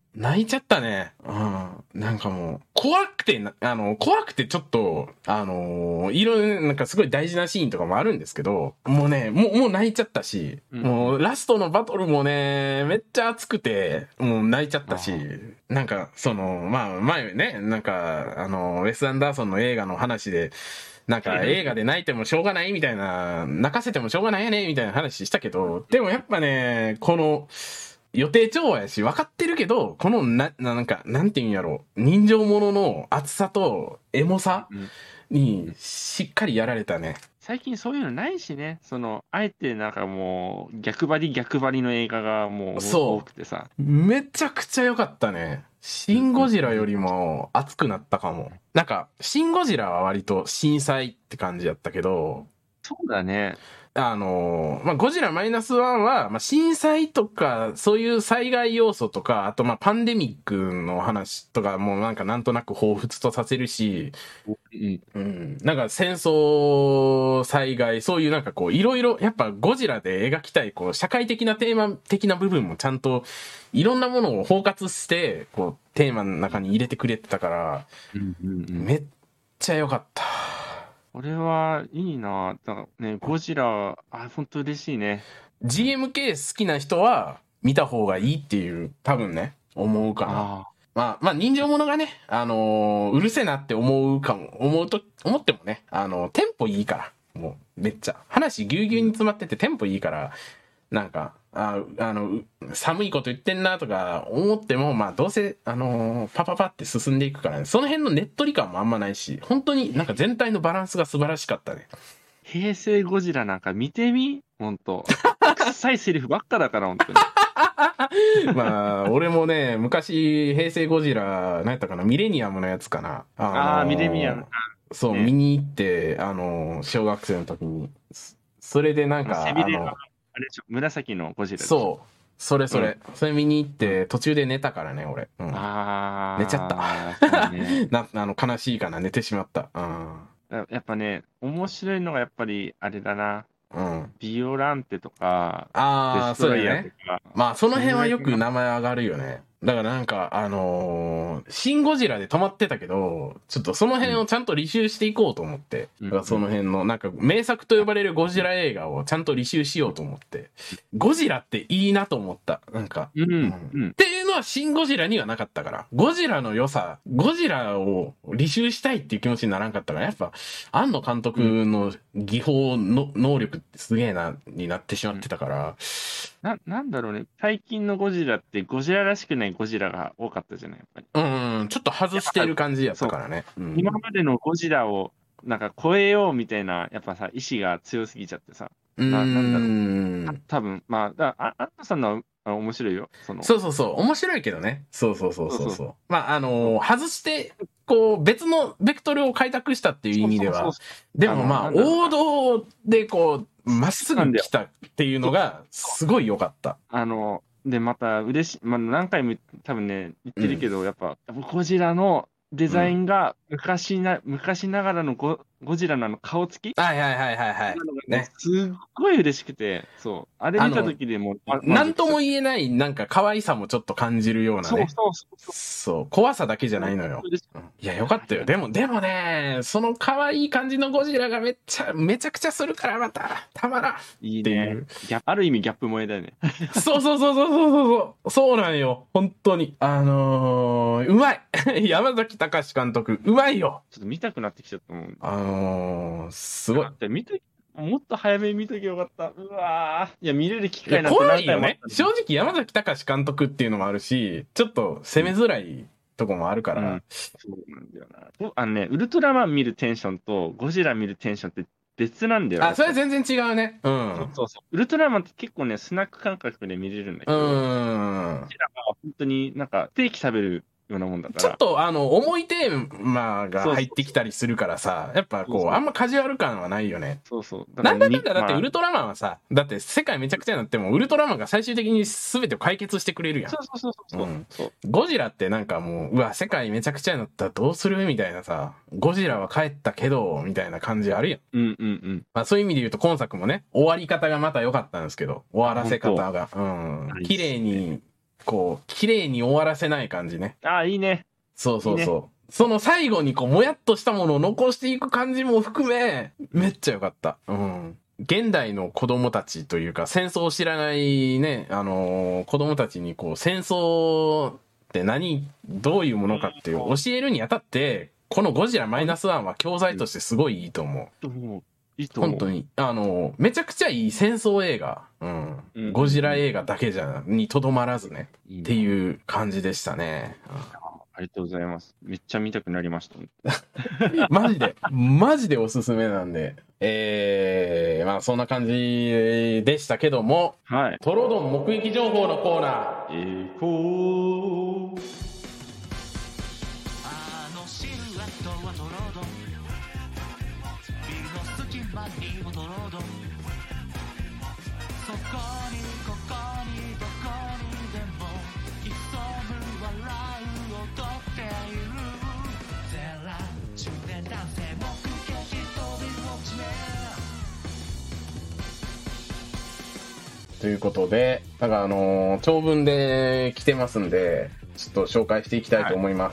泣いちゃったね。うん。なんかもう、怖くてちょっと、いろいろ、なんかすごい大事なシーンとかもあるんですけど、もうね、もう泣いちゃったし、もうラストのバトルもね、めっちゃ熱くて、もう泣いちゃったし、なんか、まあ、前ね、なんか、ウェス・アンダーソンの映画の話で、なんか映画で泣いてもしょうがないみたいな、泣かせてもしょうがないよねみたいな話したけど、でもやっぱね、この、予定調和やし、分かってるけど、このなんか、なんていうんやろう、人情ものの厚さとエモさにしっかりやられたね。 最近そういうのないしね、あえてなんかもう、逆張りの映画がもう多くてさ。 めちゃくちゃ良かったね。シン・ゴジラよりも熱くなったかも。なんか、シン・ゴジラは割と震災って感じやったけど、 そうだね。 まあ、ゴジラマイナスワンは、まあ、震災とか、そういう災害要素とか、あと、まあ、パンデミックの話とかもなんかなんとなく彷彿とさせるし、うん。なんか戦争、災害、そういうなんかこう、いろいろ、やっぱゴジラで描きたい、こう、社会的なテーマ的な部分もちゃんと、いろんなものを包括して、こう、テーマの中に入れてくれてたから、めっちゃ良かった。 これはいいな。だからね、ゴジラ、本当嬉しいね。 GMK 好きな人は見た方がいいっていう、多分ね、思うかな。まあ、人情物がね、うるせえなって思ってもね、テンポいいから、もう、めっちゃ。話ぎゅうぎゅうに詰まっててテンポいいから、なんか、寒いこと言ってんなとか思っても、まあ、どうせ、パパパって進んでいくからね、その辺のねっとり感もあんまないし、本当になんか全体のバランスが素晴らしかったね。 平成ゴジラなんか見てみほんと。臭いセリフばっかだから、ほんとに。 まあ、俺もね、昔、平成ゴジラ、何やったかな、ミレニアムのやつかな。 ミレニアム。 そう、見に行って、小学生の時に。それでなんか、 あれでしょ、紫のゴジラでしょ。 そう。それ。それ見に行って、途中で寝たからね、俺。寝ちゃった。悲しいかな、寝てしまった。 やっぱね、面白いのがやっぱり、あれだな。ビオランテとか、 デストロイヤーとか。まあ、その辺はよく名前上がるよね。だからなんか、シン・ゴジラで止まってたけど、ちょっとその辺をちゃんと履修していこうと思って、その辺の、なんか名作と呼ばれるゴジラ映画をちゃんと履修しようと思って、ゴジラっていいなと思った。なんか、っていうのはシン・ゴジラにはなかったから、ゴジラの良さ、ゴジラを履修したいっていう気持ちにならんかったから、やっぱ、庵野監督の技法の能力ってすげえな、になってしまってたから、 なんだろうね。最近のゴジラってゴジラらしくないゴジラが多かったじゃない、やっぱり。 ちょっと外してる感じやったからね。 今までのゴジラをなんか超えようみたいな、やっぱさ、意志が強すぎちゃってさ。なんだろう。多分、まあ、アンナさんのは面白いよ。 そう。面白いけどね。そう。まあ、外して、こう、別のベクトルを開拓したっていう意味では。でもまあ、王道でこう、まっすぐ来たっていうのが、すごい良かった。 で、また嬉しい、まあ、何回も多分ね、言ってるけど、やっぱ、ゴジラのデザインが昔ながらのゴジラの顔つきはい。 ね。すっごい嬉しくて、そう。あれ見た時でも、 なんとも言えない、なんか可愛さもちょっと感じるようなね。そう。怖さだけじゃないのよ。いや、よかったよ。でもね、その可愛い感じのゴジラがめちゃくちゃするからまたまらん。 いいね。ある意味ギャップ萌えだよね。 そうなんよ。本当に。うまい山崎隆監督、うまいよ。 ちょっと見たくなってきちゃったもん。 すごい。 もっと早めに見ときゃよかった。うわいや、見れる機会なんて何回もあった。怖いよね。正直山崎隆監督っていうのもあるし、ちょっと攻めづらいとこもあるから。 そうなんだよな。ウルトラマン見るテンションとゴジラ見るテンションって別なんだよ。 それは全然違うね。 そう。ウルトラマンって結構ね、スナック感覚で見れるんだけど、ゴジラは本当になんか、ステーキ食べるようなもんだから。 ちょっと重いテーマが入ってきたりするからさ、やっぱこう、あんまカジュアル感はないよね。 そう。 なんだってウルトラマンはさ、だって世界めちゃくちゃになっても、ウルトラマンが最終的に全てを解決してくれるやん。 そう。 ゴジラってなんかもう、うわ、世界めちゃくちゃになったらどうするみたいなさ、ゴジラは帰ったけど、みたいな感じあるやん。まあそういう意味で言うと今作もね、終わり方がまた良かったんですけど、終わらせ方が。綺麗に、 こう、綺麗に終わらせない感じね。 あ、いいね。 そうそうそう。いいね、その最後にこう、もやっとしたものを残していく感じも含め、めっちゃよかった。うん。現代の子供たちというか、戦争を知らないね、子供たちにこう、戦争ってどういうものかっていう教えるにあたって、このゴジラマイナスワンは教材としてすごいいいと思う。 いいと思う。 本当に。めちゃくちゃいい戦争映画。うん。ゴジラ映画だけにとどまらずね。っていう感じでしたね。 ありがとうございます。めっちゃ見たくなりました。 マジでおすすめなんで。まあそんな感じでしたけども、 はい。 トロドン目撃情報のコーナー。シルエットはトロドン。ビルの隙間にもトロドン。そこにここにどこにでも潜む笑う踊っている。ゼラ中年男性目撃飛び落ちね。 ということで、なんか長文で来てますんで、ちょっと紹介していきたいと思います。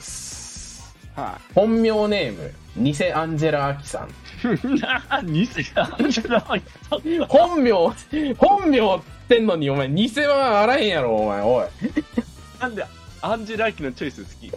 はい。 本名ネーム、偽アンジェラ・アキさん。 偽アンジェラ・アキさん。 本名ってんのに、お前、偽はあらへんやろ、お前、おい。 なんで、アンジェラ・アキのチョイス好き。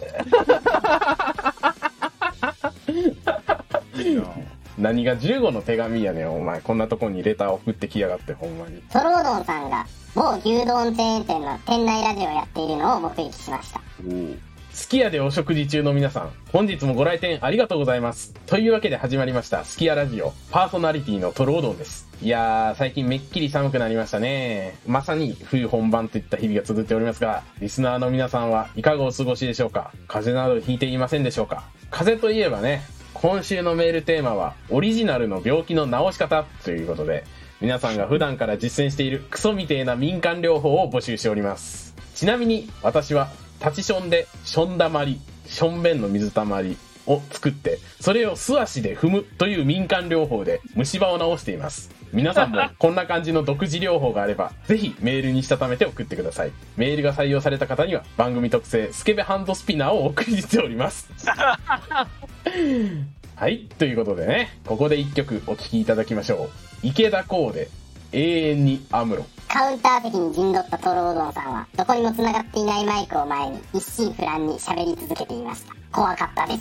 いいな。 何が15の手紙やねん、お前。こんなとこにレター送ってきやがって、ほんまに。 トロードンさんが某牛丼チェーン店の店内ラジオをやっているのを目撃しました。 すき家でお食事中の皆さん、本日もご来店ありがとうございます。というわけで始まりました、すき家ラジオ、パーソナリティのトロードンです。いやー、最近めっきり寒くなりましたね。まさに冬本番といった日々が続いておりますが、リスナーの皆さんはいかがお過ごしでしょうか？風邪などひいていませんでしょうか？風邪といえばね、今週のメールテーマは、オリジナルの病気の治し方ということで、皆さんが普段から実践しているクソみてえな民間療法を募集しております。ちなみに、私は、立ちションで、ションだまり、ションベンの水たまりを作って、それを素足で踏むという民間療法で虫歯を治しています。皆さんもこんな感じの独自療法があれば、ぜひメールにしたためて送ってください。メールが採用された方には番組特製スケベハンドスピナーをお送りしております。はい、ということでね、ここで一曲お聴きいただきましょう。池田光で永遠にアムロ。 カウンター席に陣取ったトロードンさんは、どこにも繋がっていないマイクを前に一心不乱に喋り続けていました。怖かったです。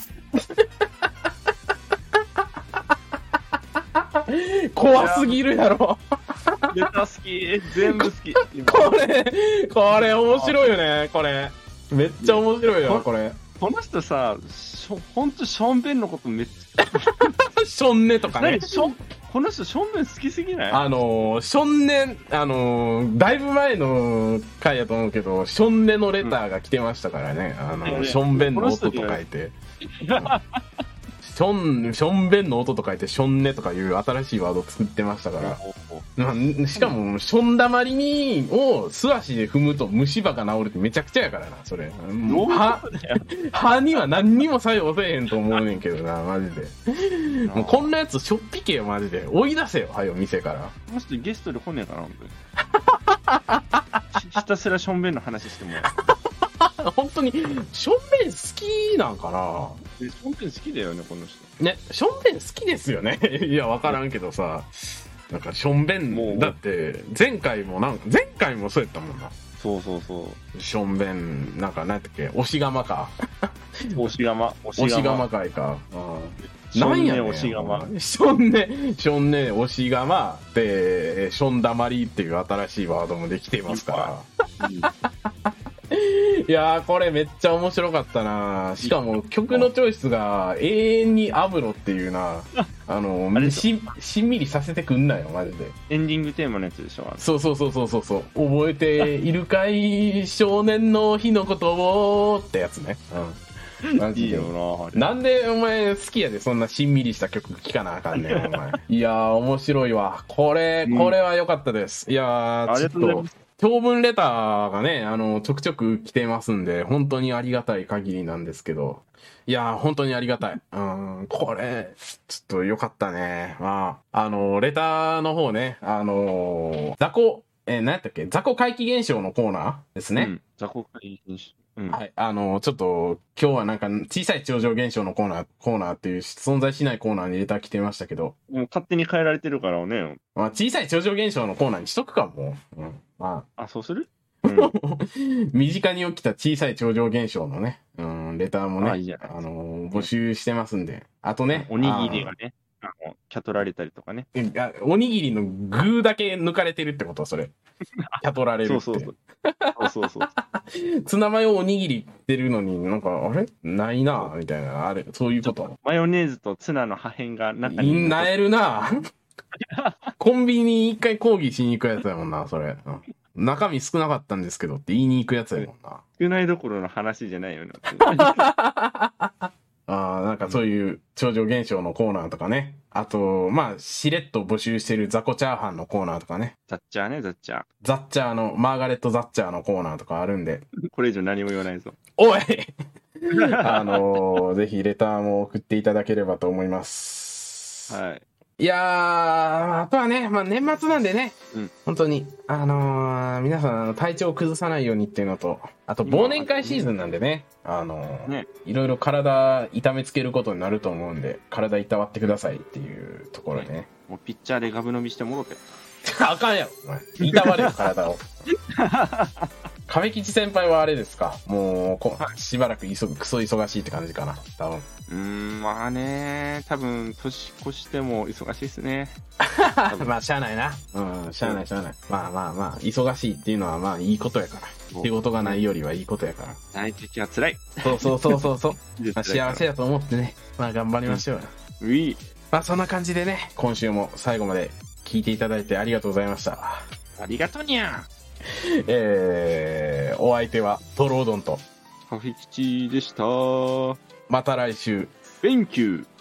怖すぎるやろ。 ネタ好き、全部好き。 これ面白いよね、これ。めっちゃ面白いよ、これ。 この人さ、ほんとションベンのことめっちゃ。 ションネとかね。 この人ションベン好きすぎない？ ションネ、だいぶ前の回やと思うけど、ションネのレターが来てましたからね。ションベンの音と書いて。ションベンの音と書いて、ションネとかいう新しいワード作ってましたから。しかも、ションだまりを素足で踏むと虫歯が治るってめちゃくちゃやからな、それ。歯には何にも作用せえへんと思うねんけどな、マジで。もうこんなやつしょっぴけよ、マジで。追い出せよ、はよ、店から。 この人ゲストで来ねえかな、本当に。ひたすらションベンの話してもらう。 本当に、ションベン好きなんかな？ ションベン好きだよね、この人。 ね、ションベン好きですよね。いや、わからんけどさ、なんかションベン、だって、前回もそうやったもんな。 そうそうそう。 ションベン、なんか、なんだっけ、押し釜か。 押し釜会か。 なんやねん、押し釜。 ションネ、押し釜で、ションだまりっていう新しいワードもできていますから。いやー、これめっちゃ面白かったな。しかも曲のチョイスが永遠にアムロっていうな。しんみりさせてくんなよ、マジで。 エンディングテーマのやつでしょ。 そう。覚えているかい少年の日のことをってやつね。マジで。いいよな。なんでお前好きやでそんなしんみりした曲聴かなあかんねん、お前。いやー、面白いわ。これは良かったです。いやー、ちょっと。長文レターがね、ちょくちょく来てますんで、本当にありがたい限りなんですけど。いやー、本当にありがたい。これ、ちょっと良かったね。まあ、レターの方ね、ザコ、 何やったっけ、雑魚怪奇現象のコーナーですね。 雑魚怪奇現象。 はい。ちょっと、今日はなんか、小さい超常現象のコーナーっていう存在しないコーナーにレター来てましたけど。 もう勝手に変えられてるからね。 まあ、小さい超常現象のコーナーにしとくかも。まあ。そうする？ 身近に起きた小さい超常現象のね、レターもね、募集してますんで。あとね。 おにぎりがね、キャトられたりとかね。 おにぎりの具だけ抜かれてるってことそれ。キャトられるって。そう。ツナマヨおにぎりってるのになんか、あれないなみたいな、そういうこと。 マヨネーズとツナの破片が中に。 なえるなコンビニに一回抗議しに行くやつやもんな、それ。中身少なかったんですけどって言いに行くやつやもんな。 少ないどころの話じゃないよね。 なんかそういう超常現象のコーナーとかね。あと、まあ、しれっと募集してる雑魚チャーハンのコーナーとかね。 ザッチャーね、ザッチャー。 ザッチャーの、マーガレット・ザッチャーのコーナーとかあるんで。 これ以上何も言わないぞ。 おいぜひレターも送っていただければと思います。 はい。 いやー、あとはね、まあ年末なんでね、本当に、皆さん体調を崩さないようにっていうのと、あと忘年会シーズンなんでね、いろいろ体痛めつけることになると思うんで、体いたわってくださいっていうところでね。 もうピッチャーでガブ飲みしてもろて。 あかんやろ、お前。いたわれよ、体を。亀吉先輩はあれですか、もうしばらくクソ忙しいって感じかな、多分。 まあね、多分年越しても忙しいですね。 まあしゃあないな。しゃあない。まあ忙しいっていうのはまあいいことやから。仕事がないよりはいいことやから。 ない時は辛い。 そう。まあ、幸せやと思ってね、まあ頑張りましょうよ。まあそんな感じでね、今週も最後まで聞いていただいてありがとうございました。 ありがとうにゃ。 お相手はトロードンとカフェ吉でした。 また来週。 Thank you.